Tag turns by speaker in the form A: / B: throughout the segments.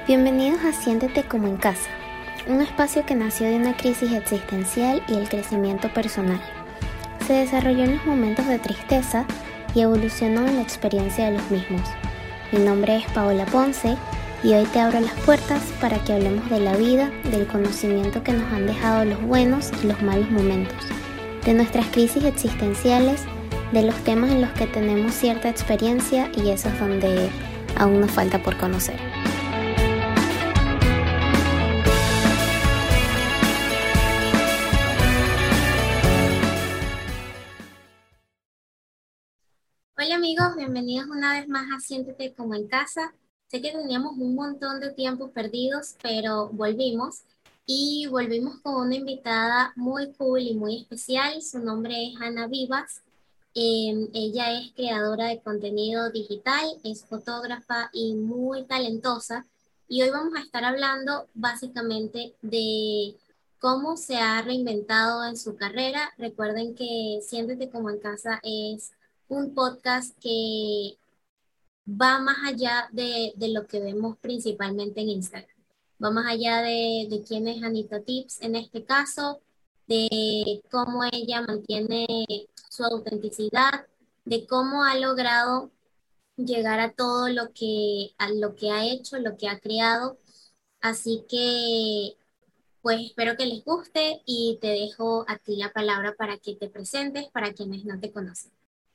A: Bienvenidos a Siéntete como en casa, un espacio que nació de una crisis existencial y el crecimiento personal. Se desarrolló en los momentos de tristeza y evolucionó en la experiencia de los mismos. Mi nombre es Paola Ponce y hoy te abro las puertas para que hablemos de la vida, del conocimiento que nos han dejado los buenos y los malos momentos, de nuestras crisis existenciales, de los temas en los que tenemos cierta experiencia y esos donde aún nos falta por conocer. Hola amigos, bienvenidos una vez más a Siéntete como en casa. Sé que teníamos un montón de tiempo perdidos, pero volvimos con una invitada muy cool y muy especial. Su nombre es Ana Vivas. Ella es creadora de contenido digital, es fotógrafa y muy talentosa. Y hoy vamos a estar hablando básicamente de cómo se ha reinventado en su carrera. Recuerden que Siéntete como en casa es un podcast que va más allá de lo que vemos principalmente en Instagram. Va más allá de quién es Anita Tips en este caso, de cómo ella mantiene su autenticidad, de cómo ha logrado llegar a todo a lo que ha hecho, lo que ha creado. Así que, pues espero que les guste y te dejo a ti la palabra para que te presentes para quienes no te conocen.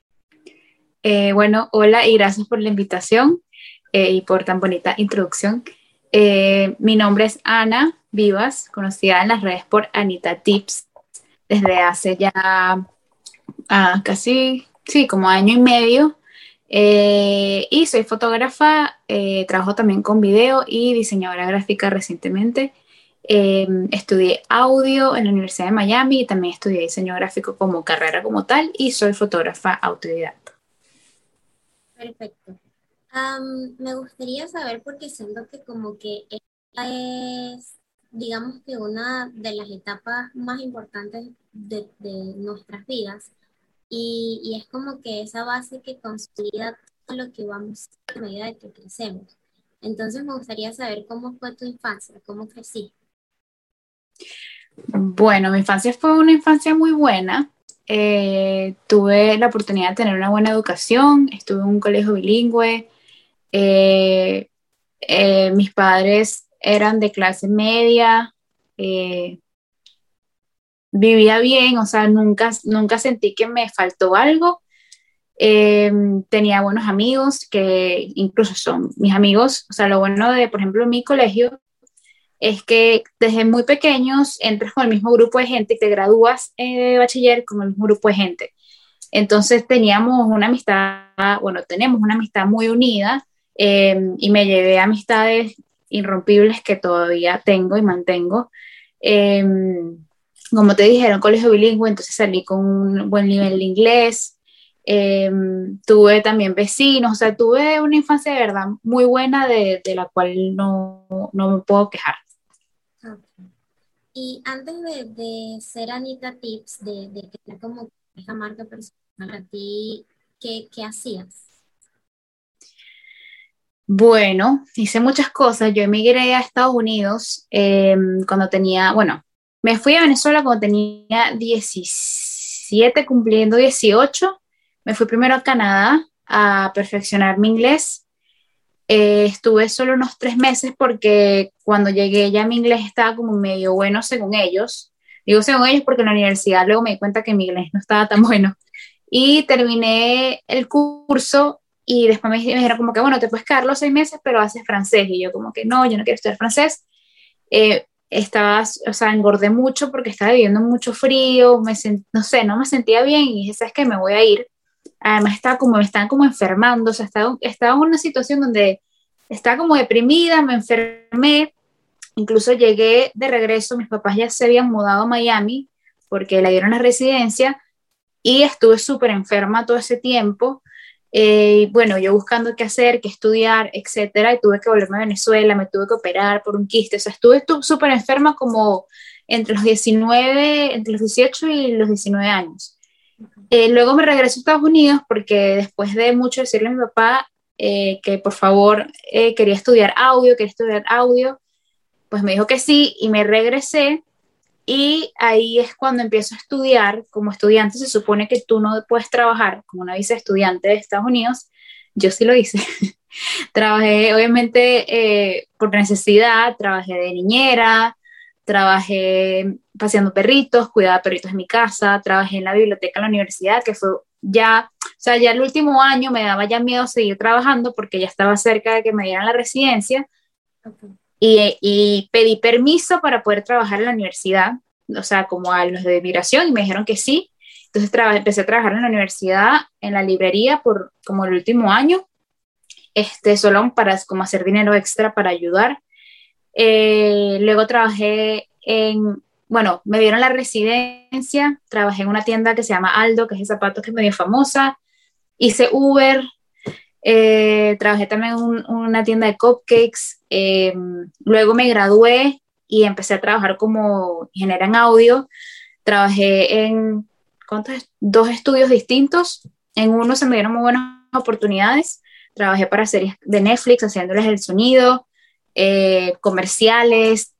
B: Hola y gracias por la invitación y por tan bonita introducción. Mi nombre es Ana Vivas, conocida en las redes por Anita Tips, desde hace ya casi, sí, como año y medio. Y soy fotógrafa, trabajo también con video y diseñadora gráfica recientemente. Estudié audio en la Universidad de Miami y también estudié diseño gráfico como carrera como tal y soy fotógrafa autodidacta.
A: Perfecto. Me gustaría saber, porque siento que como que esta es, digamos que una de las etapas más importantes de nuestras vidas y es como que esa base que consolida todo lo que vamos a medida de que crecemos. Entonces me gustaría saber cómo fue tu infancia, cómo creciste.
B: Bueno, mi infancia fue una infancia muy buena. Tuve la oportunidad de tener una buena educación, estuve en un colegio bilingüe. eh, Mis padres eran de clase media. eh, Vivía bien, o sea, nunca sentí que me faltó algo. Tenía buenos amigos que incluso son mis amigos. O sea, lo bueno de, por ejemplo, mi colegio es que desde muy pequeños entras con el mismo grupo de gente y te gradúas de bachiller con el mismo grupo de gente. Entonces teníamos una amistad, bueno, tenemos una amistad muy unida, y me llevé amistades irrompibles que todavía tengo y mantengo. Eh, Como te dije, era un colegio bilingüe, entonces salí con un buen nivel de inglés. Eh, Tuve también vecinos, o sea, tuve una infancia de verdad muy buena de la cual no me puedo quejar.
A: Ok. Y antes de ser Anita Tips, de crear como esta marca personal para ti, ¿qué hacías?
B: Bueno, hice muchas cosas. Yo emigré a Estados Unidos cuando tenía, bueno, me fui a Venezuela cuando tenía 17, cumpliendo 18. Me fui primero a Canadá a perfeccionar mi inglés. Estuve solo unos 3 meses porque cuando llegué ya mi inglés estaba como medio bueno según ellos. Digo según ellos porque en la universidad luego me di cuenta que mi inglés no estaba tan bueno. Y terminé el curso y después me dijeron como que, bueno, te puedes quedar los 6 meses, pero haces francés. Y yo como que no, yo no quiero estudiar francés. O sea, engordé mucho porque estaba viviendo mucho frío, no sé, no me sentía bien y dije, ¿sabes qué? Me voy a ir. Además me estaban como enfermando, o sea, estaba en una situación donde estaba como deprimida, me enfermé. Incluso llegué de regreso, mis papás ya se habían mudado a Miami porque le dieron la residencia y estuve súper enferma todo ese tiempo. Bueno, yo buscando qué hacer, qué estudiar, etcétera, y tuve que volverme a Venezuela, me tuve que operar por un quiste, o sea, estuve súper enferma como entre los 18 y los 19 años. Luego me regresé a Estados Unidos porque después de mucho decirle a mi papá, que por favor quería estudiar audio, pues me dijo que sí y me regresé. Y ahí es cuando empiezo a estudiar. Como estudiante se supone que tú no puedes trabajar como una visa de estudiante de Estados Unidos. Yo sí lo hice. Trabajé, obviamente, por necesidad, trabajé de niñera, trabajé paseando perritos, cuidaba perritos en mi casa, trabajé en la biblioteca de la universidad, que fue ya, o sea, ya el último año me daba ya miedo seguir trabajando porque ya estaba cerca de que me dieran la residencia.
A: Ok.
B: Y pedí permiso para poder trabajar en la universidad, o sea, como a los de migración, y me dijeron que sí. Entonces empecé a trabajar en la universidad, en la librería, por como el último año, solo para como hacer dinero extra para ayudar. Luego trabajé bueno, me dieron la residencia, trabajé en una tienda que se llama Aldo, que es de zapatos, que es medio famosa. Hice Uber, trabajé también en una tienda de cupcakes. Luego me gradué y empecé a trabajar como ingeniera en audio. Trabajé en dos estudios distintos. En uno se me dieron muy buenas oportunidades. Trabajé para series de Netflix haciéndoles el sonido, comerciales.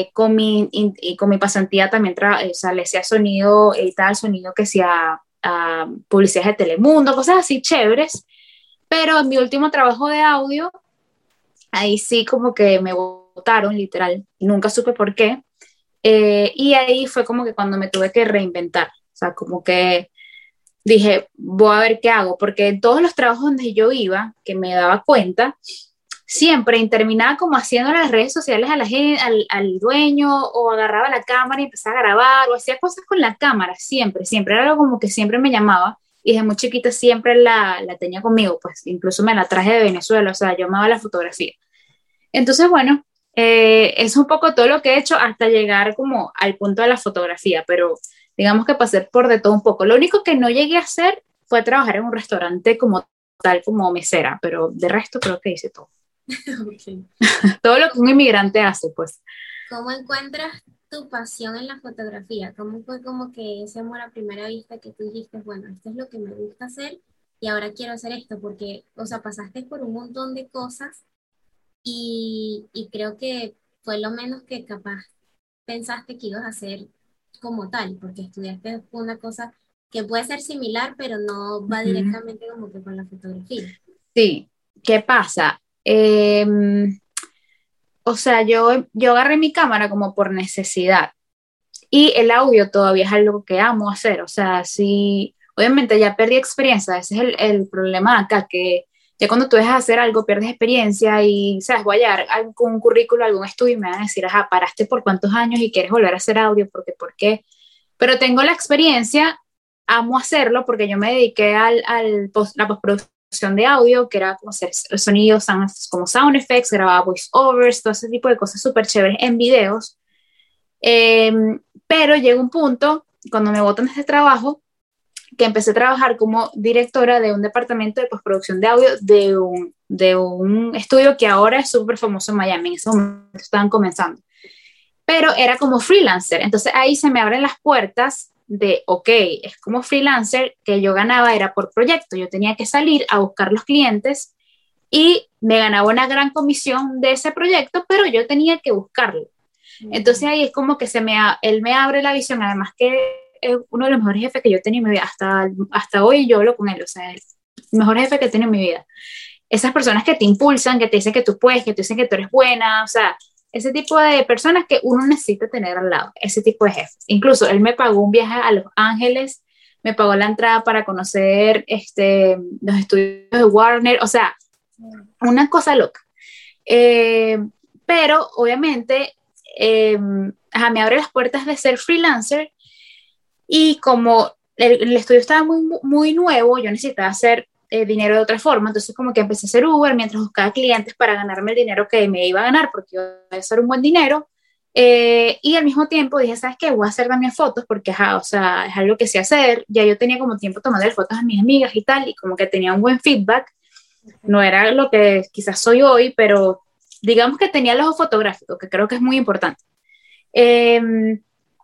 B: Con mi pasantía también o sea, le hacía sonido, editaba el sonido que hacía a publicidades de Telemundo, cosas así chéveres. Pero en mi último trabajo de audio, ahí sí como que me botaron, literal, y nunca supe por qué. Y ahí fue como que cuando me tuve que reinventar. O sea, como que dije, voy a ver qué hago, porque en todos los trabajos donde yo iba, que me daba cuenta, siempre terminaba como haciendo las redes sociales a la gente, al dueño, o agarraba la cámara y empezaba a grabar, o hacía cosas con la cámara, siempre, siempre, era algo como que siempre me llamaba, y desde muy chiquita siempre la tenía conmigo, pues incluso me la traje de Venezuela, o sea, yo amaba la fotografía. Entonces, bueno, es un poco todo lo que he hecho hasta llegar como al punto de la fotografía, pero digamos que pasé por de todo un poco. Lo único que no llegué a hacer fue trabajar en un restaurante como tal, como mesera, pero de resto creo que hice todo.
A: Ok.
B: Todo lo que un inmigrante hace, pues.
A: ¿Cómo encuentras tu pasión en la fotografía? ¿Cómo fue como que ese amor a primera vista que tú dijiste, bueno, esto es lo que me gusta hacer y ahora quiero hacer esto? Porque, o sea, pasaste por un montón de cosas y creo que fue lo menos que capaz pensaste que ibas a hacer como tal, porque estudiaste una cosa que puede ser similar, pero no va
B: Ujú.
A: directamente como que con la fotografía.
B: Sí, ¿qué pasa? O sea, yo agarré mi cámara como por necesidad y el audio todavía es algo que amo hacer. O sea, sí, obviamente ya perdí experiencia, ese es el problema acá, que ya cuando tú dejas de hacer algo pierdes experiencia y, sabes, voy a llegar a algún currículo, algún estudio y me van a decir, ajá, paraste por cuántos años y quieres volver a hacer audio, porque, ¿por qué? Pero tengo la experiencia, amo hacerlo porque yo me dediqué la postproducción de audio, que era como hacer sonidos, como sound effects, grababa voiceovers, todo ese tipo de cosas súper chéveres en videos. Eh, pero llega un punto, cuando me botan de este trabajo, que empecé a trabajar como directora de un departamento de postproducción de audio de un estudio que ahora es súper famoso en Miami. En ese momento estaban comenzando, pero era como freelancer. Entonces ahí se me abren las puertas de, ok, es como freelancer, que yo ganaba era por proyecto. Yo tenía que salir a buscar los clientes y me ganaba una gran comisión de ese proyecto, pero yo tenía que buscarlo. Entonces
A: Mm.
B: ahí es como que él me abre la visión, además que es uno de los mejores jefes que yo he tenido en mi vida, hasta hoy yo hablo con él, o sea, es el mejor jefe que he tenido en mi vida. Esas personas que te impulsan, que te dicen que tú puedes, que te dicen que tú eres buena, o sea, ese tipo de personas que uno necesita tener al lado, ese tipo de jefes. Incluso él me pagó un viaje a Los Ángeles, me pagó la entrada para conocer los estudios de Warner, o sea, una cosa loca. Eh, pero obviamente ajá, me abre las puertas de ser freelancer y como el estudio estaba muy nuevo, yo necesitaba hacer dinero de otra forma, entonces como que empecé a hacer Uber mientras buscaba clientes para ganarme el dinero que me iba a ganar, porque iba a ser un buen dinero. Y al mismo tiempo dije, ¿sabes qué? Voy a hacer también fotos porque, ajá, o sea, es algo que sé hacer. Ya yo tenía como tiempo tomando fotos a mis amigas y tal, y como que tenía un buen feedback. No era lo que quizás soy hoy, pero digamos que tenía el ojo fotográfico, que creo que es muy importante. Eh,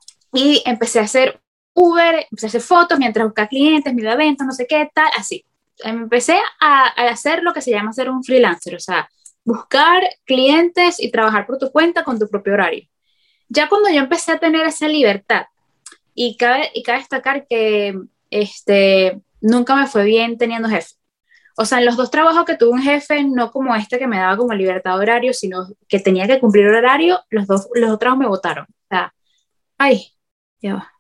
B: y empecé a hacer Uber, empecé a hacer fotos mientras buscaba clientes, me iba a eventos, no sé qué, tal, así. empecé a hacer lo que se llama ser un freelancer, o sea, buscar clientes y trabajar por tu cuenta con tu propio horario. Ya cuando yo empecé a tener esa libertad, y cabe destacar que nunca me fue bien teniendo jefe. O sea, en los dos trabajos que tuve un jefe, no como este que me daba como libertad de horario, sino que tenía que cumplir horario, los dos trabajos me votaron. O sea, ay, ya va.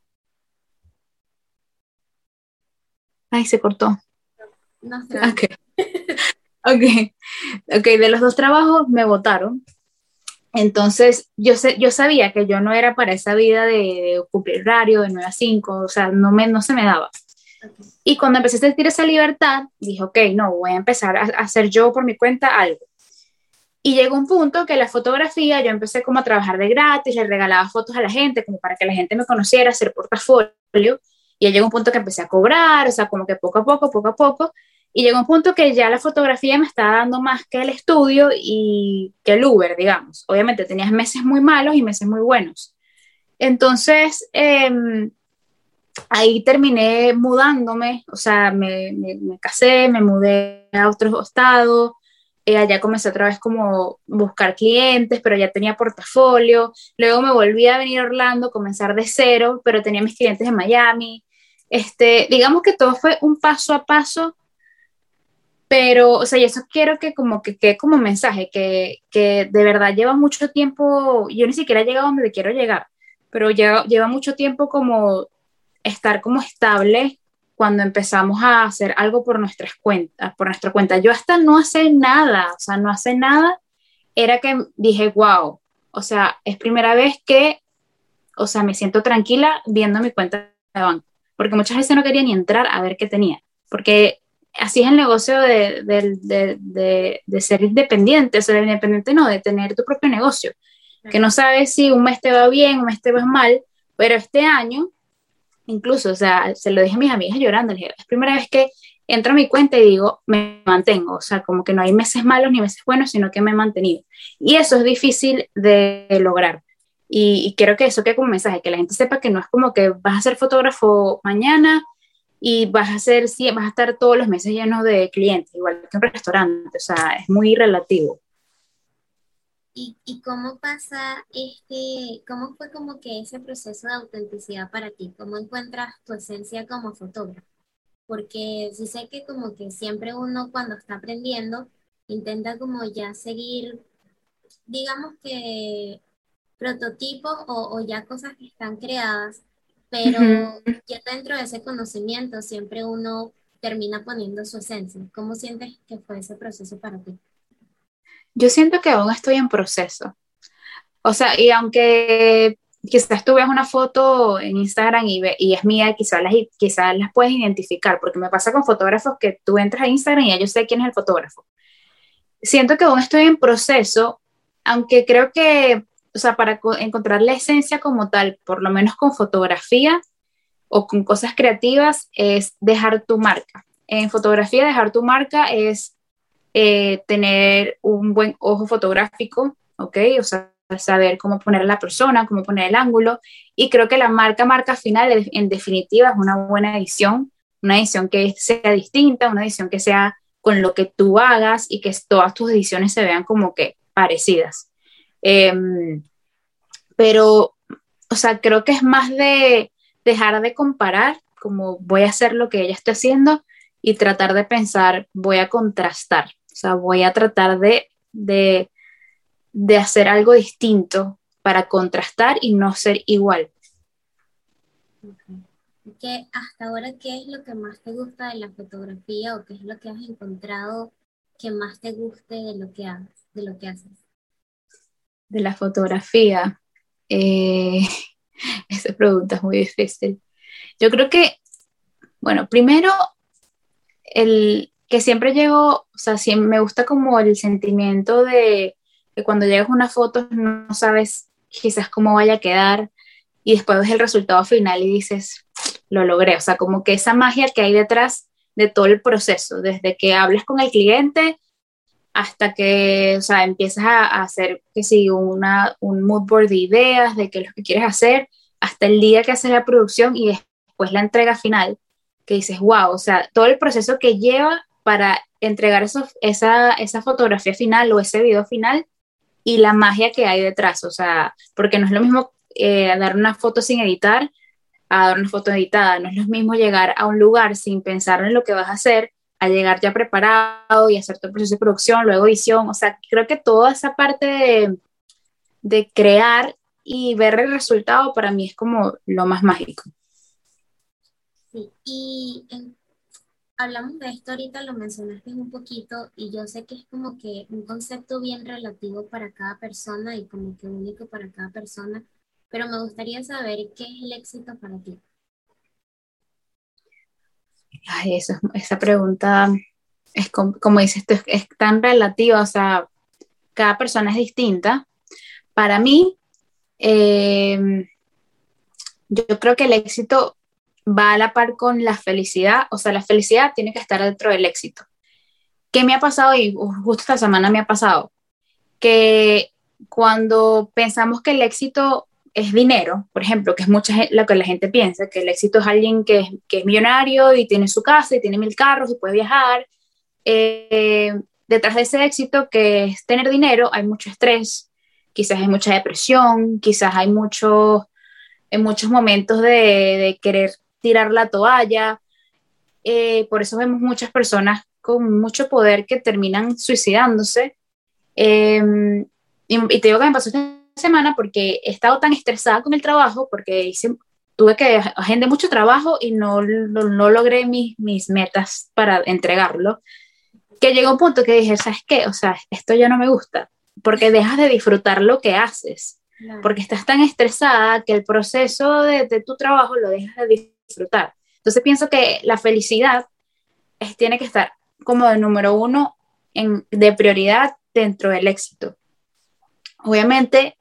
B: Ay, se cortó.
A: No sé.
B: Ok, ok, ok, de los dos trabajos me votaron. Entonces, yo sabía que yo no era para esa vida de cumplir horario de 9 a 5, o sea, no se me daba.
A: Okay.
B: Y cuando empecé a sentir esa libertad, dije, ok, no, voy a empezar a hacer yo por mi cuenta algo. Y llegó un punto que la fotografía, yo empecé como a trabajar de gratis, le regalaba fotos a la gente, como para que la gente me conociera, hacer portafolio. Y ya llegó un punto que empecé a cobrar, o sea, como que poco a poco, poco a poco. Y llegó un punto que ya la fotografía me estaba dando más que el estudio y que el Uber, digamos. Obviamente tenías meses muy malos y meses muy buenos. Entonces, ahí terminé mudándome, o sea, me casé, me mudé a otro estado, allá comencé otra vez como buscar clientes, pero ya tenía portafolio, luego me volví a venir a Orlando, comenzar de cero, pero tenía mis clientes en Miami, digamos que todo fue un paso a paso, pero, o sea, y eso quiero que como que quede como mensaje, que de verdad lleva mucho tiempo, yo ni siquiera he llegado a donde quiero llegar, pero lleva mucho tiempo como estar como estable cuando empezamos a hacer algo por nuestras cuentas, por nuestra cuenta. Yo hasta no hace nada, o sea, no hace nada, era que dije, wow, o sea, es primera vez que, o sea, me siento tranquila viendo mi cuenta de banco, porque muchas veces no quería ni entrar a ver qué tenía, porque así es el negocio de ser independiente, o sea, independiente no, de tener tu propio negocio, que no sabes si un mes te va bien, un mes te va mal, pero este año incluso, o sea, se lo dije a mis amigas llorando, les dije, es primera vez que entro a mi cuenta y digo, me mantengo, o sea, como que no hay meses malos ni meses buenos, sino que me he mantenido. Y eso es difícil de lograr. Y quiero que eso quede como mensaje, que la gente sepa que no es como que vas a ser fotógrafo mañana y vas a estar todos los meses llenos de clientes, igual que un restaurante, o sea, es muy relativo.
A: ¿Y cómo pasa cómo fue como que ese proceso de autenticidad para ti? ¿Cómo encuentras tu esencia como fotógrafo? Porque sí sé que como que siempre uno cuando está aprendiendo intenta como ya seguir, digamos que prototipos o ya cosas que están creadas,
B: Ujú.
A: pero ya dentro de ese conocimiento siempre uno termina poniendo su esencia. ¿Cómo sientes que fue ese proceso para ti?
B: Yo siento que aún estoy en proceso. O sea, y aunque quizás tú veas una foto en Instagram y es mía, quizás las puedes identificar, porque me pasa con fotógrafos que tú entras a Instagram y ya yo sé quién es el fotógrafo. Siento que aún estoy en proceso, aunque creo que, o sea, para encontrar la esencia como tal, por lo menos con fotografía o con cosas creativas, es dejar tu marca. En fotografía, dejar tu marca es tener un buen ojo fotográfico, ¿ok? O sea, saber cómo poner a la persona, cómo poner el ángulo. Y creo que la marca final, en definitiva, es una buena edición, una edición que sea distinta, una edición que sea con lo que tú hagas y que todas tus ediciones se vean como que parecidas. Pero, o sea, creo que es más de dejar de comparar, como voy a hacer lo que ella está haciendo y tratar de pensar, voy a contrastar, o sea, voy a tratar de hacer algo distinto para contrastar y no ser igual.
A: Okay. ¿Qué, hasta ahora, qué es lo que más te gusta de la fotografía o qué es lo que has encontrado que más te guste de lo que haces, de lo que haces?
B: De la fotografía, eh, esa pregunta es muy difícil. Yo creo que, bueno, primero, el que siempre llego, o sea, siempre me gusta como el sentimiento de que cuando llegas a una foto no sabes quizás cómo vaya a quedar y después ves el resultado final y dices, lo logré, o sea, como que esa magia que hay detrás de todo el proceso, desde que hablas con el cliente hasta que, o sea, empiezas a hacer, que sí, un mood board de ideas, de qué es lo que quieres hacer, hasta el día que haces la producción y después la entrega final. que dices, wow, o sea, todo el proceso que lleva para entregar esa fotografía final o ese video final y la magia que hay detrás, o sea, porque no es lo mismo dar una foto sin editar a dar una foto editada, no es lo mismo llegar a un lugar sin pensar en lo que vas a hacer, a llegar ya preparado y hacer todo el proceso de producción, luego edición, o sea, creo que toda esa parte de crear y ver el resultado para mí es como lo más mágico.
A: Sí, hablamos de esto ahorita, lo mencionaste un poquito y yo sé que es como que un concepto bien relativo para cada persona y como que único para cada persona, pero me gustaría saber qué es el éxito para ti.
B: Ay, esa pregunta es como dices tú, es tan relativa, o sea, cada persona es distinta. Para mí, eh, yo creo que el éxito va a la par con la felicidad, o sea, la felicidad tiene que estar dentro del éxito. ¿Qué me ha pasado? Y justo esta semana me ha pasado, que cuando pensamos que el éxito es dinero, por ejemplo, que es lo que la gente piensa, que el éxito es alguien que es millonario y tiene su casa y tiene 1000 carros y puede viajar, detrás de ese éxito que es tener dinero hay mucho estrés, quizás hay mucha depresión, quizás hay en muchos momentos de querer tirar la toalla. Por eso vemos muchas personas con mucho poder que terminan suicidándose. Eh, y te digo que me pasó esta semana porque he estado tan estresada con el trabajo, porque tuve que agendar mucho trabajo y no logré mis metas para entregarlo, que llegó un punto que dije, ¿sabes qué? O sea, esto ya no me gusta, porque dejas de disfrutar lo que haces,
A: Claro.
B: porque estás tan estresada que el proceso de tu trabajo lo dejas de disfrutar. Entonces pienso que la felicidad tiene que estar como de número uno de prioridad dentro del éxito. Obviamente,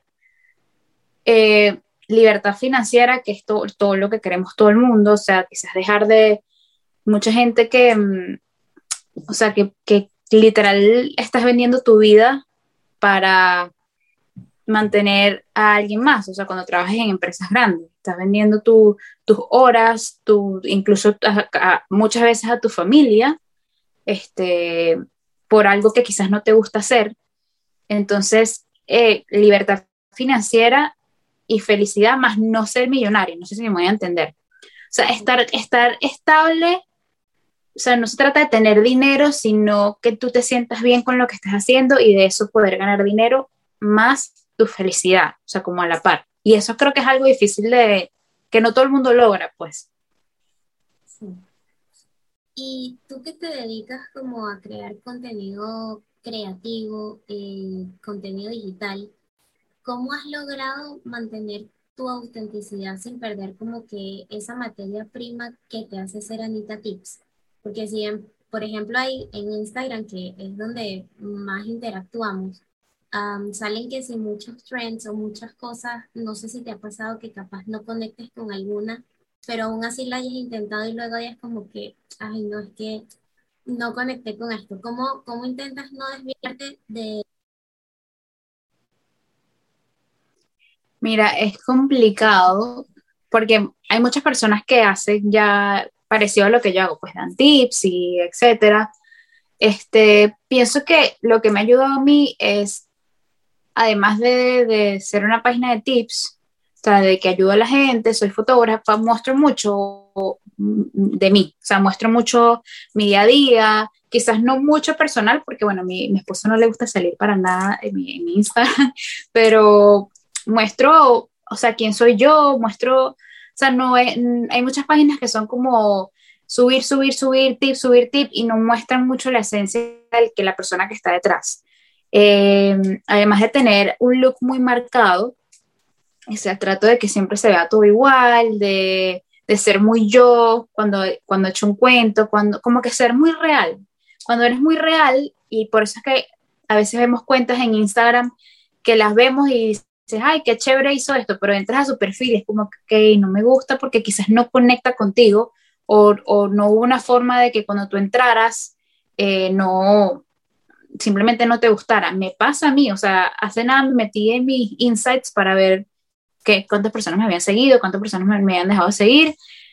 B: libertad financiera, que es todo lo que queremos todo el mundo, o sea, quizás dejar de mucha gente o sea, que literal estás vendiendo tu vida para mantener a alguien más, o sea, cuando trabajas en empresas grandes, estás vendiendo tus horas, incluso muchas veces a tu familia, este, por algo que quizás no te gusta hacer. Entonces, libertad financiera y felicidad, más no ser millonario, no sé si me voy a entender. O sea, estar estable, o sea, no se trata de tener dinero, sino que tú te sientas bien con lo que estás haciendo y de eso poder ganar dinero más tu felicidad, o sea, como a la par. Y eso creo que es algo difícil que no todo el mundo logra, pues.
A: Sí. ¿Y tú que te dedicas como a crear contenido creativo, contenido digital? ¿Cómo has logrado mantener tu autenticidad sin perder como que esa materia prima que te hace ser Anita Tips? Porque si, por ejemplo, hay en Instagram, que es donde más interactuamos, salen que si muchos trends o muchas cosas, no sé si te ha pasado que capaz no conectes con alguna, pero aún así la hayas intentado y luego ya es como que, ay, no, es que no conecté con esto. ¿Cómo intentas no desviarte de...
B: Mira, es complicado porque hay muchas personas que hacen ya parecido a lo que yo hago, pues dan tips y etcétera. Pienso que lo que me ha ayudado a mí es, además de ser una página de tips, o sea, de que ayudo a la gente, soy fotógrafa, muestro mucho de mí, o sea, muestro mucho mi día a día, quizás no mucho personal, porque bueno, mi esposo no le gusta salir para nada en mi Instagram, pero muestro, o sea, quién soy yo, muestro, o sea, no es, hay muchas páginas que son como subir tip y no muestran mucho la esencia del que la persona que está detrás. Además de tener un look muy marcado, o sea, trato de que siempre se vea todo igual, de ser muy yo cuando he hecho un cuento, como que ser muy real. Cuando eres muy real, y por eso es que a veces vemos cuentas en Instagram que las vemos y dices, ay, qué chévere hizo esto, pero entras a su perfil y es como que no me gusta porque quizás no conecta contigo o no hubo una forma de que cuando tú entraras, no, simplemente no te gustara. Me pasa a mí, o sea, hace nada me metí en mis insights para ver cuántas personas me habían seguido, cuántas personas me habían dejado de seguir.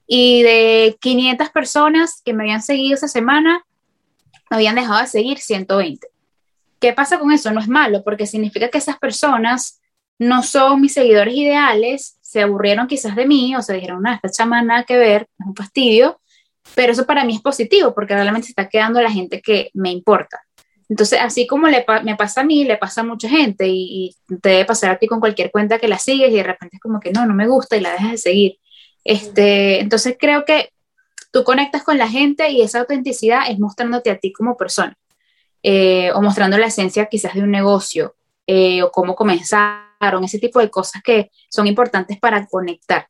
B: y de 500 personas que me habían seguido esa semana, me habían dejado de seguir 120. ¿Qué pasa con eso? No es malo, porque significa que esas personas no son mis seguidores ideales, se aburrieron quizás de mí, o se dijeron, no, esta chama nada que ver, es un fastidio, pero eso para mí es positivo, porque realmente se está quedando la gente que me importa. Entonces, así como me pasa a mí, le pasa a mucha gente, y te debe pasar a ti con cualquier cuenta que la sigues, y de repente es como que no me gusta, y la dejas de seguir. Entonces creo que tú conectas con la gente, y esa autenticidad es mostrándote a ti como persona, o mostrando la esencia quizás de un negocio, o cómo comenzaron, ese tipo de cosas que son importantes para conectar.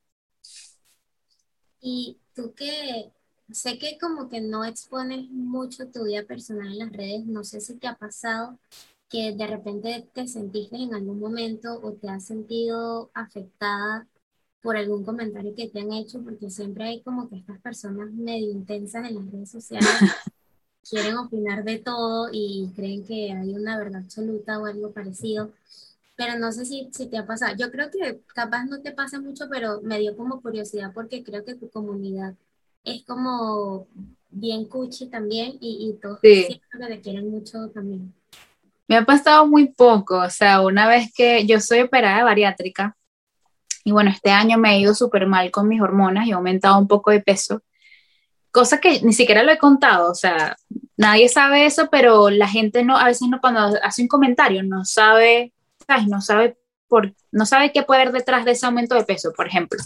A: Y tú que sé que como que no expones mucho tu vida personal en las redes, no sé si te ha pasado que de repente te sentiste en algún momento o te has sentido afectada por algún comentario que te han hecho, porque siempre hay como que estas personas medio intensas en las redes sociales quieren opinar de todo y creen que hay una verdad absoluta o algo parecido. Pero no sé si te ha pasado. Yo creo que capaz no te pasa mucho, pero me dio como curiosidad porque creo que tu comunidad es como bien cuchi también y todos
B: Sí.
A: siento que te quieren mucho también.
B: Me ha pasado muy poco, o sea, una vez que yo soy operada de bariátrica, y bueno, este año me ha ido súper mal con mis hormonas y he aumentado un poco de peso, cosa que ni siquiera lo he contado, o sea, nadie sabe eso, pero la gente no, a veces no, cuando hace un comentario, no sabe, ¿sabes? No sabe qué puede haber detrás de ese aumento de peso, por ejemplo.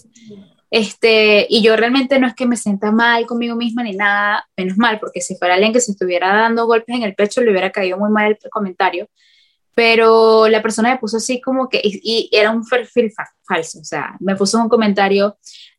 B: Y yo realmente no es que me sienta mal conmigo misma ni nada, menos mal, porque si fuera alguien que se estuviera dando golpes en el pecho, le hubiera caído muy mal el comentario, pero la persona me puso así como que, y era un perfil falso, o sea, me puso un comentario,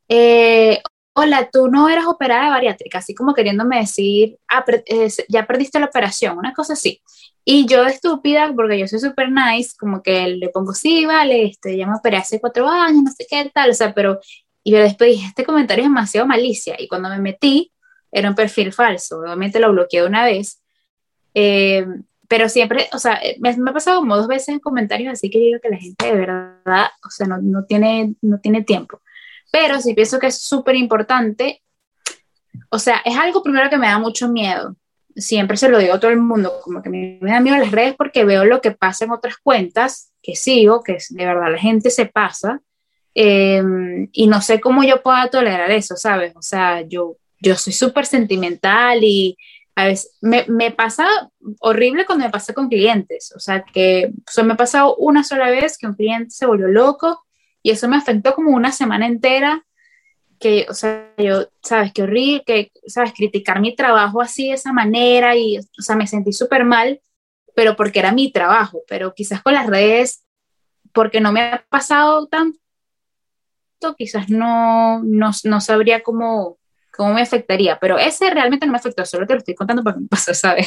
B: hola, tú no eras operada de bariátrica, así como queriéndome decir, ya perdiste la operación, una cosa así. Y yo de estúpida, porque yo soy súper nice, como que le pongo, sí, vale, ya me operé hace 4 años, no sé qué tal, o sea, pero, y yo después dije, este comentario es demasiado malicia, y cuando me metí, era un perfil falso, obviamente lo bloqueé de una vez, eh, pero siempre, o sea, me ha pasado como 2 veces en comentarios, así que digo que la gente de verdad, o sea, no tiene tiempo. Pero sí pienso que es súper importante, o sea, es algo primero que me da mucho miedo. Siempre se lo digo a todo el mundo, como que me da miedo las redes porque veo lo que pasa en otras cuentas que sigo, que de verdad la gente se pasa, eh, y no sé cómo yo pueda tolerar eso, ¿sabes? O sea, yo soy súper sentimental y a veces me pasa horrible cuando me pasa con clientes, o sea, me ha pasado una sola vez que un cliente se volvió loco y eso me afectó como una semana entera, que, o sea, yo, ¿sabes? Qué horrible, que, ¿sabes? Criticar mi trabajo así de esa manera y, o sea, me sentí súper mal, pero porque era mi trabajo, pero quizás con las redes, porque no me ha pasado tan quizás no sabría cómo me afectaría, pero ese realmente no me afectó, solo te lo estoy contando porque me pasó, ¿sabes?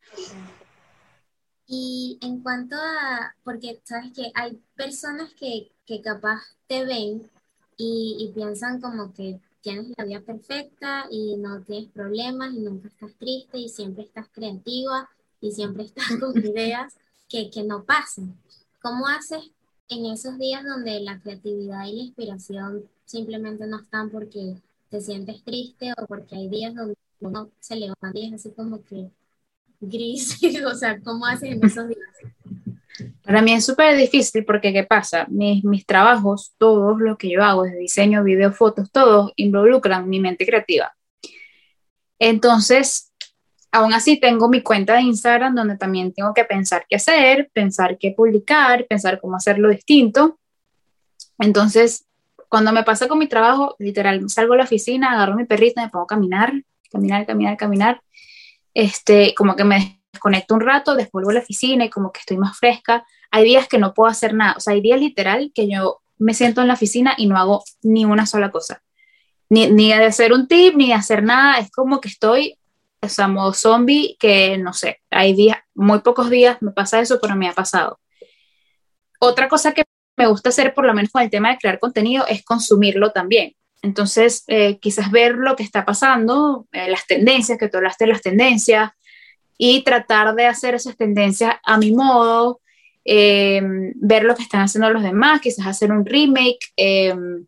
A: Y en cuanto a, porque sabes que hay personas que capaz te ven y piensan como que tienes la vida perfecta y no tienes problemas y nunca estás triste y siempre estás creativa y siempre estás con ideas que no pasan. ¿Cómo haces en esos días donde la creatividad y la inspiración simplemente no están porque te sientes triste o porque hay días donde uno se levanta y es así como que gris? O sea, ¿cómo haces en esos días?
B: Para mí es súper difícil porque, ¿qué pasa? Mis trabajos, todos los que yo hago, de diseño, video, fotos, todos involucran mi mente creativa. Entonces, aún así tengo mi cuenta de Instagram donde también tengo que pensar qué hacer, pensar qué publicar, pensar cómo hacerlo distinto. Entonces, cuando me pasa con mi trabajo, literal, salgo a la oficina, agarro mi perrito, me pongo a caminar, caminar, caminar, caminar, como que me desconecto un rato, después vuelvo a la oficina y como que estoy más fresca. Hay días que no puedo hacer nada, o sea, hay días literal que yo me siento en la oficina y no hago ni una sola cosa, ni de hacer un tip, ni de hacer nada, es como que estoy, o sea, modo zombie, que no sé, hay días, muy pocos días me pasa eso, pero me ha pasado. Otra cosa que me gusta hacer, por lo menos con el tema de crear contenido, es consumirlo también. Entonces, quizás ver lo que está pasando, las tendencias, que tú hablaste de las tendencias, y tratar de hacer esas tendencias a mi modo, ver lo que están haciendo los demás, quizás hacer un remake,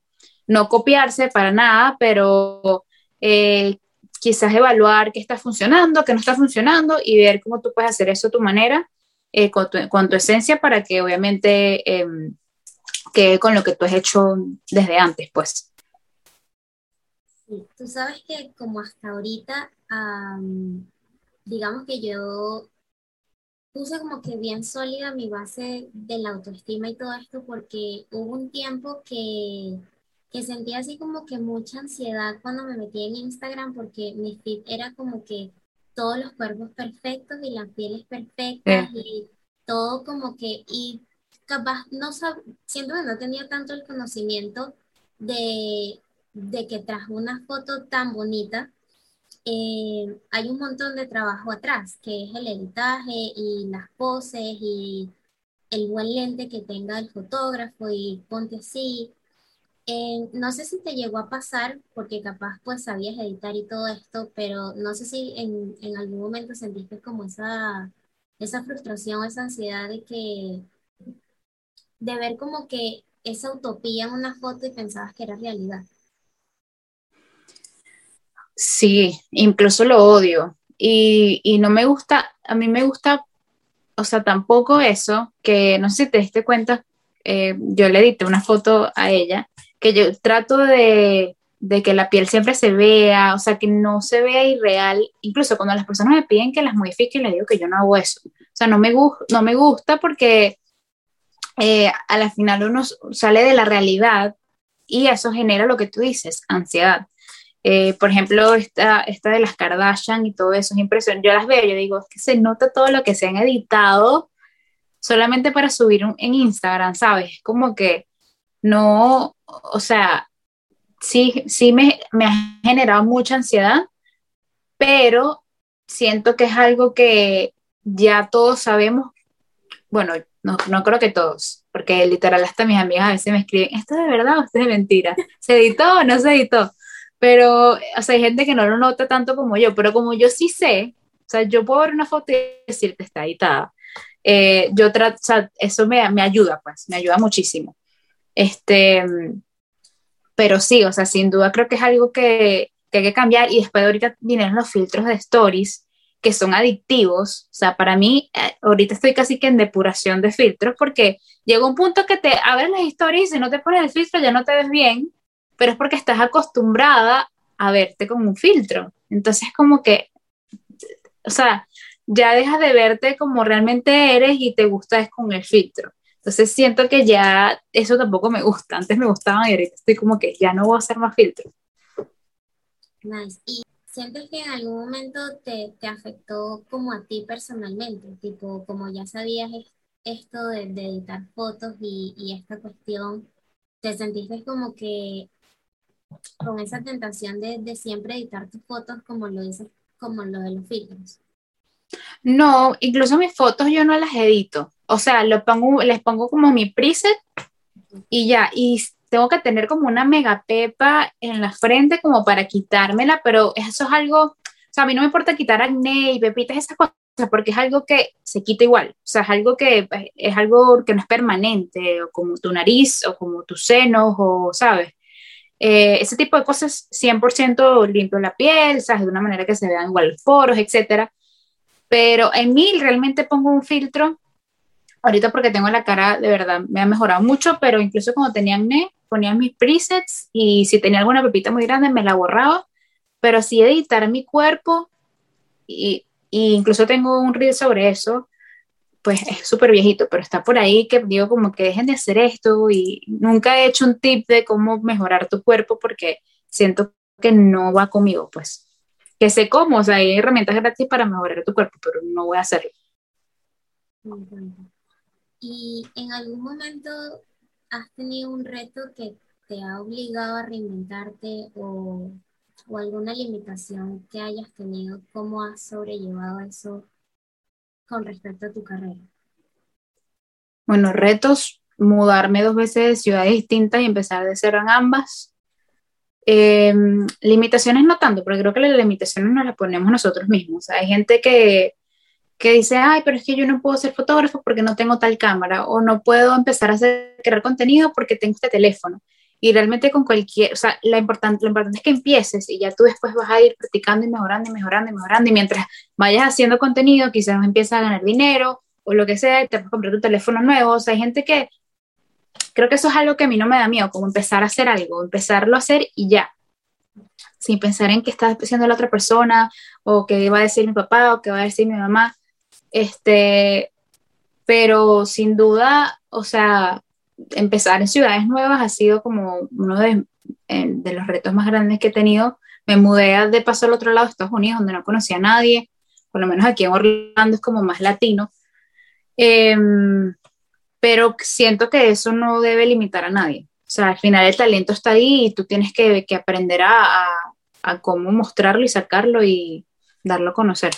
B: no copiarse para nada, pero quizás evaluar qué está funcionando, qué no está funcionando y ver cómo tú puedes hacer eso a tu manera, con tu esencia para que obviamente quede con lo que tú has hecho desde antes, pues.
A: Sí, tú sabes que como hasta ahorita, digamos que yo puse como que bien sólida mi base de la autoestima y todo esto porque hubo un tiempo que sentía así como que mucha ansiedad cuando me metí en Instagram porque mi feed era como que todos los cuerpos perfectos y las pieles perfectas
B: Eh,
A: y todo como que, y capaz siento que no tenía tanto el conocimiento de que tras una foto tan bonita, hay un montón de trabajo atrás, que es el editaje y las poses y el buen lente que tenga el fotógrafo y ponte así. No sé si te llegó a pasar, porque capaz pues sabías editar y todo esto, pero no sé si en algún momento sentiste como esa frustración, esa ansiedad de ver como que esa utopía en una foto y pensabas que era realidad.
B: sí, incluso lo odio. Y no me gusta, a mí me gusta, o sea, tampoco eso, que no sé si te diste cuenta, yo le edité una foto a ella, que yo trato de que la piel siempre se vea, o sea, que no se vea irreal, incluso cuando las personas me piden que las modifique, les digo que yo no hago eso. O sea, no me gusta porque a la final uno sale de la realidad y eso genera lo que tú dices, ansiedad. Por ejemplo, esta de las Kardashian y todo eso es impresionante. Yo las veo, yo digo, es que se nota todo lo que se han editado solamente para subir en Instagram, ¿sabes? Es como que no, o sea, sí me ha generado mucha ansiedad, pero siento que es algo que ya todos sabemos, bueno, no creo que todos, porque literal hasta mis amigas a veces me escriben, ¿esto es de verdad o esto es de mentira? ¿Se editó o no se editó? Pero, o sea, hay gente que no lo nota tanto como yo, pero como yo sí sé, o sea, yo puedo ver una foto y decirte está editada. Yo trato, o sea, eso me ayuda, pues, me ayuda muchísimo. Este, pero sí, o sea, sin duda creo que es algo que hay que cambiar y después de ahorita vienen los filtros de stories que son adictivos, o sea, para mí ahorita estoy casi que en depuración de filtros porque llega un punto que te abres las stories y si no te pones el filtro ya no te ves bien, pero es porque estás acostumbrada a verte con un filtro, entonces como que, o sea, ya dejas de verte como realmente eres y te gusta es con el filtro. Entonces siento que ya eso tampoco me gusta. Antes me gustaban y ahorita estoy como que ya no voy a hacer más filtros.
A: Nice. ¿Y sientes que en algún momento te afectó como a ti personalmente? Tipo, como ya sabías esto de editar fotos y esta cuestión, ¿te sentiste como que con esa tentación de siempre editar tus fotos como lo dices, como lo de los filtros?
B: No, incluso mis fotos yo no las edito. O sea, les pongo como mi preset y ya. Y tengo que tener como una mega pepa en la frente como para quitármela, pero eso es algo, o sea, a mí no me importa quitar acné y pepitas, esas cosas, porque es algo que se quita igual. O sea, es algo que es algo que no es permanente, o como tu nariz, o como tus senos, o, ¿sabes? Ese tipo de cosas 100% limpio la piel, ¿sabes? De una manera que se vean igual los poros, etcétera. Pero en mí realmente pongo un filtro, ahorita porque tengo la cara, de verdad, me ha mejorado mucho, pero incluso cuando tenía acné, ponía mis presets y si tenía alguna pepita muy grande me la borraba, pero sí editar mi cuerpo y incluso tengo un reel sobre eso, pues es súper viejito, pero está por ahí que digo como que dejen de hacer esto y nunca he hecho un tip de cómo mejorar tu cuerpo porque siento que no va conmigo, pues. Que sé cómo, o sea, hay herramientas gratis para mejorar tu cuerpo, pero no voy a hacerlo.
A: Me encanta. ¿Y en algún momento has tenido un reto que te ha obligado a reinventarte o alguna limitación que hayas tenido? ¿Cómo has sobrellevado eso con respecto a tu carrera?
B: Bueno, retos, mudarme 2 veces de ciudades distintas y empezar de cero en ambas. Limitaciones no tanto, porque creo que las limitaciones nos las ponemos nosotros mismos. O sea, hay gente que dice, ay, pero es que yo no puedo ser fotógrafo porque no tengo tal cámara, o no puedo empezar a crear contenido porque tengo este teléfono. Y realmente con cualquier, o sea, lo importante es que empieces y ya tú después vas a ir practicando y mejorando y mejorando y mejorando. Y mientras vayas haciendo contenido, quizás empiezas a ganar dinero o lo que sea, te puedes comprar tu teléfono nuevo. O sea, hay gente que, creo que eso es algo que a mí no me da miedo, como empezar a hacer algo, empezarlo a hacer y ya, sin pensar en qué está haciendo la otra persona o qué va a decir mi papá o qué va a decir mi mamá. Este, pero sin duda, o sea, empezar en ciudades nuevas ha sido como uno de los retos más grandes que he tenido. Me mudé de paso al otro lado de Estados Unidos, donde no conocía a nadie, por lo menos aquí en Orlando es como más latino. Eh, pero siento que eso no debe limitar a nadie. O sea, al final el talento está ahí y tú tienes que aprender a cómo mostrarlo y sacarlo y darlo a conocer.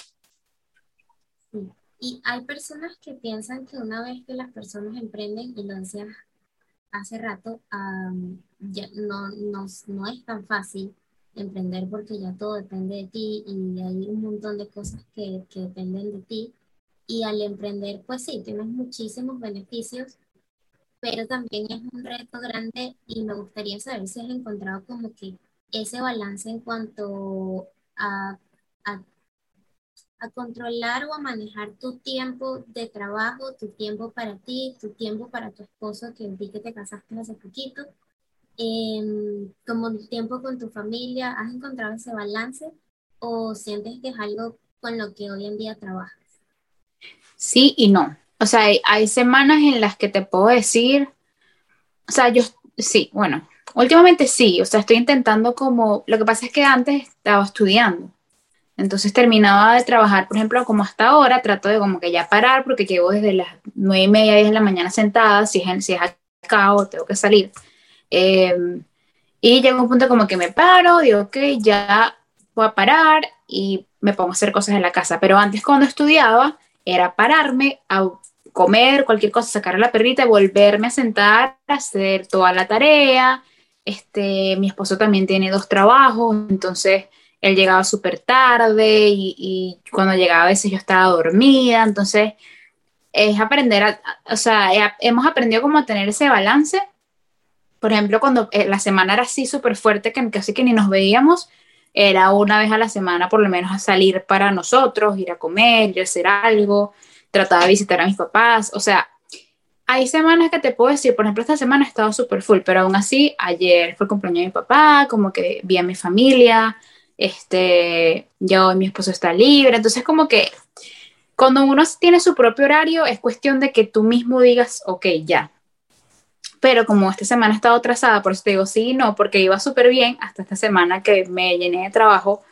A: Sí. Y hay personas que piensan que una vez que las personas emprenden, y lo decías hace rato, ya no es tan fácil emprender porque ya todo depende de ti y hay un montón de cosas que dependen de ti. Y al emprender, pues sí, tienes muchísimos beneficios, pero también es un reto grande y me gustaría saber si has encontrado como que ese balance en cuanto a, a a controlar o a manejar tu tiempo de trabajo, tu tiempo para ti, tu tiempo para tu esposo, que vi que te casaste hace poquito, como el tiempo con tu familia. ¿Has encontrado ese balance o sientes que es algo con lo que hoy en día trabajas?
B: Sí y no. O sea, hay semanas en las que te puedo decir, o sea, yo sí, bueno, últimamente sí, o sea, estoy intentando como, lo que pasa es que antes estaba estudiando, entonces terminaba de trabajar, por ejemplo, como hasta ahora, trato de como que ya parar porque llevo desde las 9:30, 10 de la mañana sentada, si es acá o tengo que salir. Eh, y llega un punto como que me paro, digo, ok, ya voy a parar y me pongo a hacer cosas en la casa. Pero antes cuando estudiaba era pararme a comer cualquier cosa, sacar a la perrita y volverme a sentar a hacer toda la tarea. Mi esposo también tiene dos trabajos, entonces él llegaba súper tarde y cuando llegaba a veces yo estaba dormida, entonces es aprender o sea, hemos aprendido como a tener ese balance. Por ejemplo, cuando la semana era así súper fuerte, que casi que ni nos veíamos, era una vez a la semana por lo menos a salir para nosotros, ir a comer, ir a hacer algo, tratar de visitar a mis papás. O sea, hay semanas que te puedo decir, por ejemplo, esta semana he estado súper full, pero aún así, ayer fue el cumpleaños de mi papá, como que vi a mi familia, yo y mi esposo está libre, entonces como que cuando uno tiene su propio horario, es cuestión de que tú mismo digas, ok, ya, pero como esta semana ha estado atrasada, por eso te digo sí y no, porque iba súper bien hasta esta semana que me llené de trabajo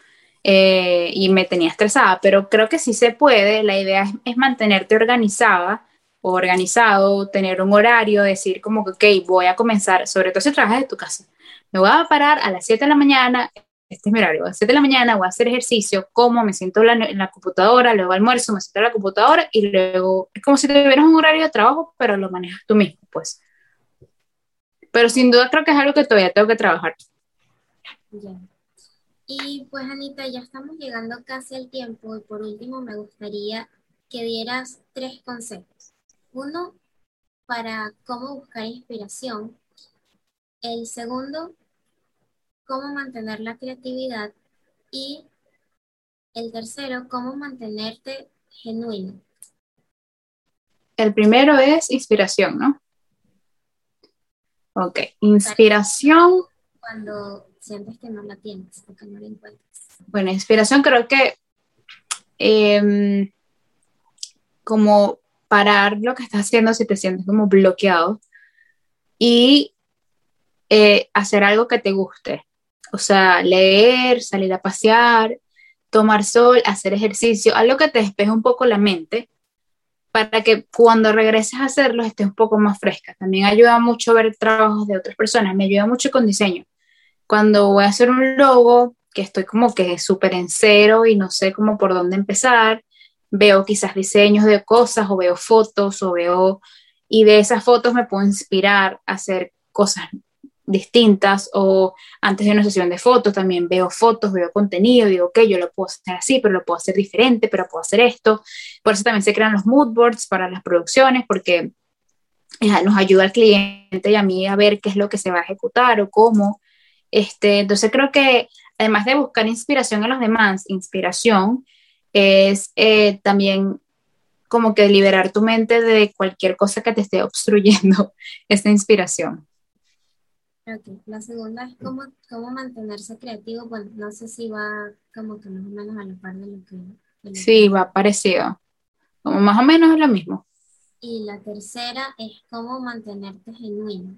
B: y me tenía estresada, pero creo que sí se puede, la idea es mantenerte organizada o organizado, tener un horario, decir como que, ok, voy a comenzar, sobre todo si trabajas de tu casa, me voy a parar a las 7 de la mañana, este es mi horario, a las 7 de la mañana voy a hacer ejercicio, como me siento en la computadora, luego almuerzo, me siento en la computadora y luego es como si tuvieras un horario de trabajo, pero lo manejas tú mismo, pues. Pero sin duda creo que es algo que todavía tengo que trabajar.
A: Ya. Y pues Anita, ya estamos llegando casi al tiempo y por último me gustaría que dieras tres consejos. Uno, para cómo buscar inspiración. El segundo, cómo mantener la creatividad. Y el tercero, cómo mantenerte genuino.
B: El primero es inspiración, ¿no? Ok,
A: Para
B: inspiración.
A: cuando sientes que no la tienes o que no la encuentras.
B: Bueno, inspiración creo que eh, como parar lo que estás haciendo si te sientes como bloqueado y hacer algo que te guste. O sea, leer, salir a pasear, tomar sol, hacer ejercicio, algo que te despeje un poco la mente para que cuando regreses a hacerlo estés un poco más fresca. También ayuda mucho ver trabajos de otras personas, me ayuda mucho con diseño. Cuando voy a hacer un logo, que estoy como que súper en cero y no sé cómo por dónde empezar, veo quizás diseños de cosas o veo fotos y de esas fotos me puedo inspirar a hacer cosas distintas o antes de una sesión de fotos también veo fotos, veo contenido, digo, ok, yo lo puedo hacer así, pero lo puedo hacer diferente, pero puedo hacer esto. Por eso también se crean los mood boards para las producciones, porque nos ayuda al cliente y a mí a ver qué es lo que se va a ejecutar o cómo. Entonces creo que además de buscar inspiración en los demás, inspiración es también como que liberar tu mente de cualquier cosa que te esté obstruyendo esa inspiración.
A: Ok, la segunda es cómo mantenerse creativo. Bueno, no sé si va como que más o menos a la par de lo que
B: Sí, va parecido, como más o menos es lo mismo.
A: Y la tercera es cómo mantenerte genuino.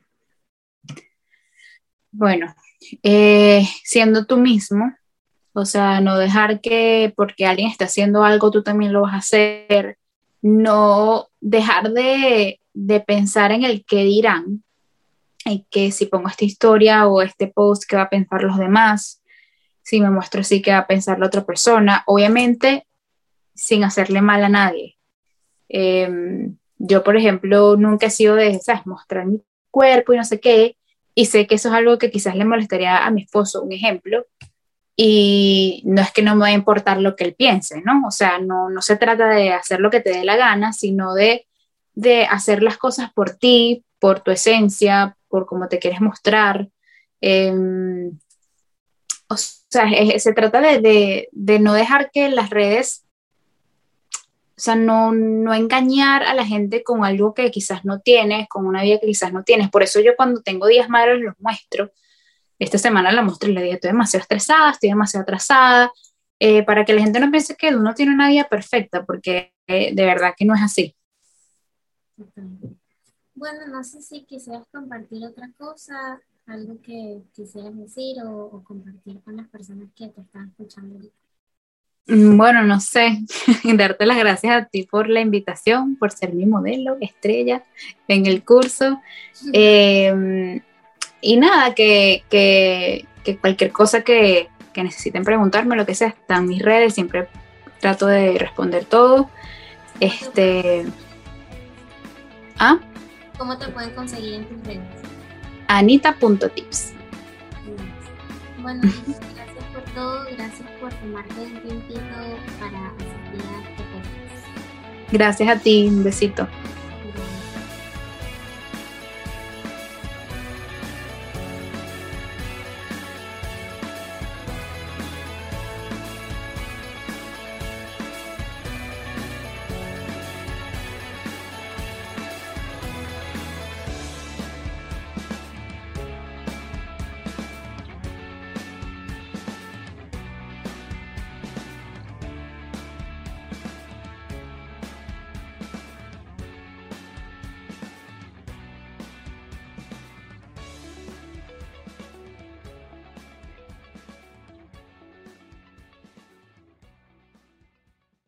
B: Bueno, siendo tú mismo, o sea, no dejar que porque alguien está haciendo algo, tú también lo vas a hacer, no dejar de pensar en el qué dirán, y que si pongo esta historia o este post, ¿qué va a pensar los demás? Si me muestro así, ¿qué va a pensar la otra persona? Obviamente, sin hacerle mal a nadie. Yo, por ejemplo, nunca he sido de, ¿sabes? Mostrar mi cuerpo y no sé qué, y sé que eso es algo que quizás le molestaría a mi esposo, un ejemplo, y no es que no me va a importar lo que él piense, ¿no? O sea, no se trata de hacer lo que te dé la gana, sino de hacer las cosas por ti, por tu esencia, por cómo te quieres mostrar. Eh, o sea, se trata de no dejar que las redes, o sea, no engañar a la gente con algo que quizás no tienes, con una vida que quizás no tienes. Por eso yo cuando tengo días malos los muestro. Esta semana la mostré y le dije, estoy demasiado estresada, estoy demasiado atrasada, para que la gente no piense que uno tiene una vida perfecta, porque de verdad que no es así.
A: Bueno, no sé si quisieras compartir otra cosa, algo que quisieras decir o compartir con las personas que te están escuchando ahorita.
B: Bueno, no sé, darte las gracias a ti por la invitación, por ser mi modelo, estrella en el curso. Y nada, que cualquier cosa que necesiten preguntarme, lo que sea, están mis redes, siempre trato de responder todo. ¿Ah?
A: ¿Cómo te pueden conseguir en tus redes?
B: Anita.tips.
A: Bueno, gracias por todo, gracias por tomarte un tiempito para asistir a este podcast.
B: Gracias a ti, un besito.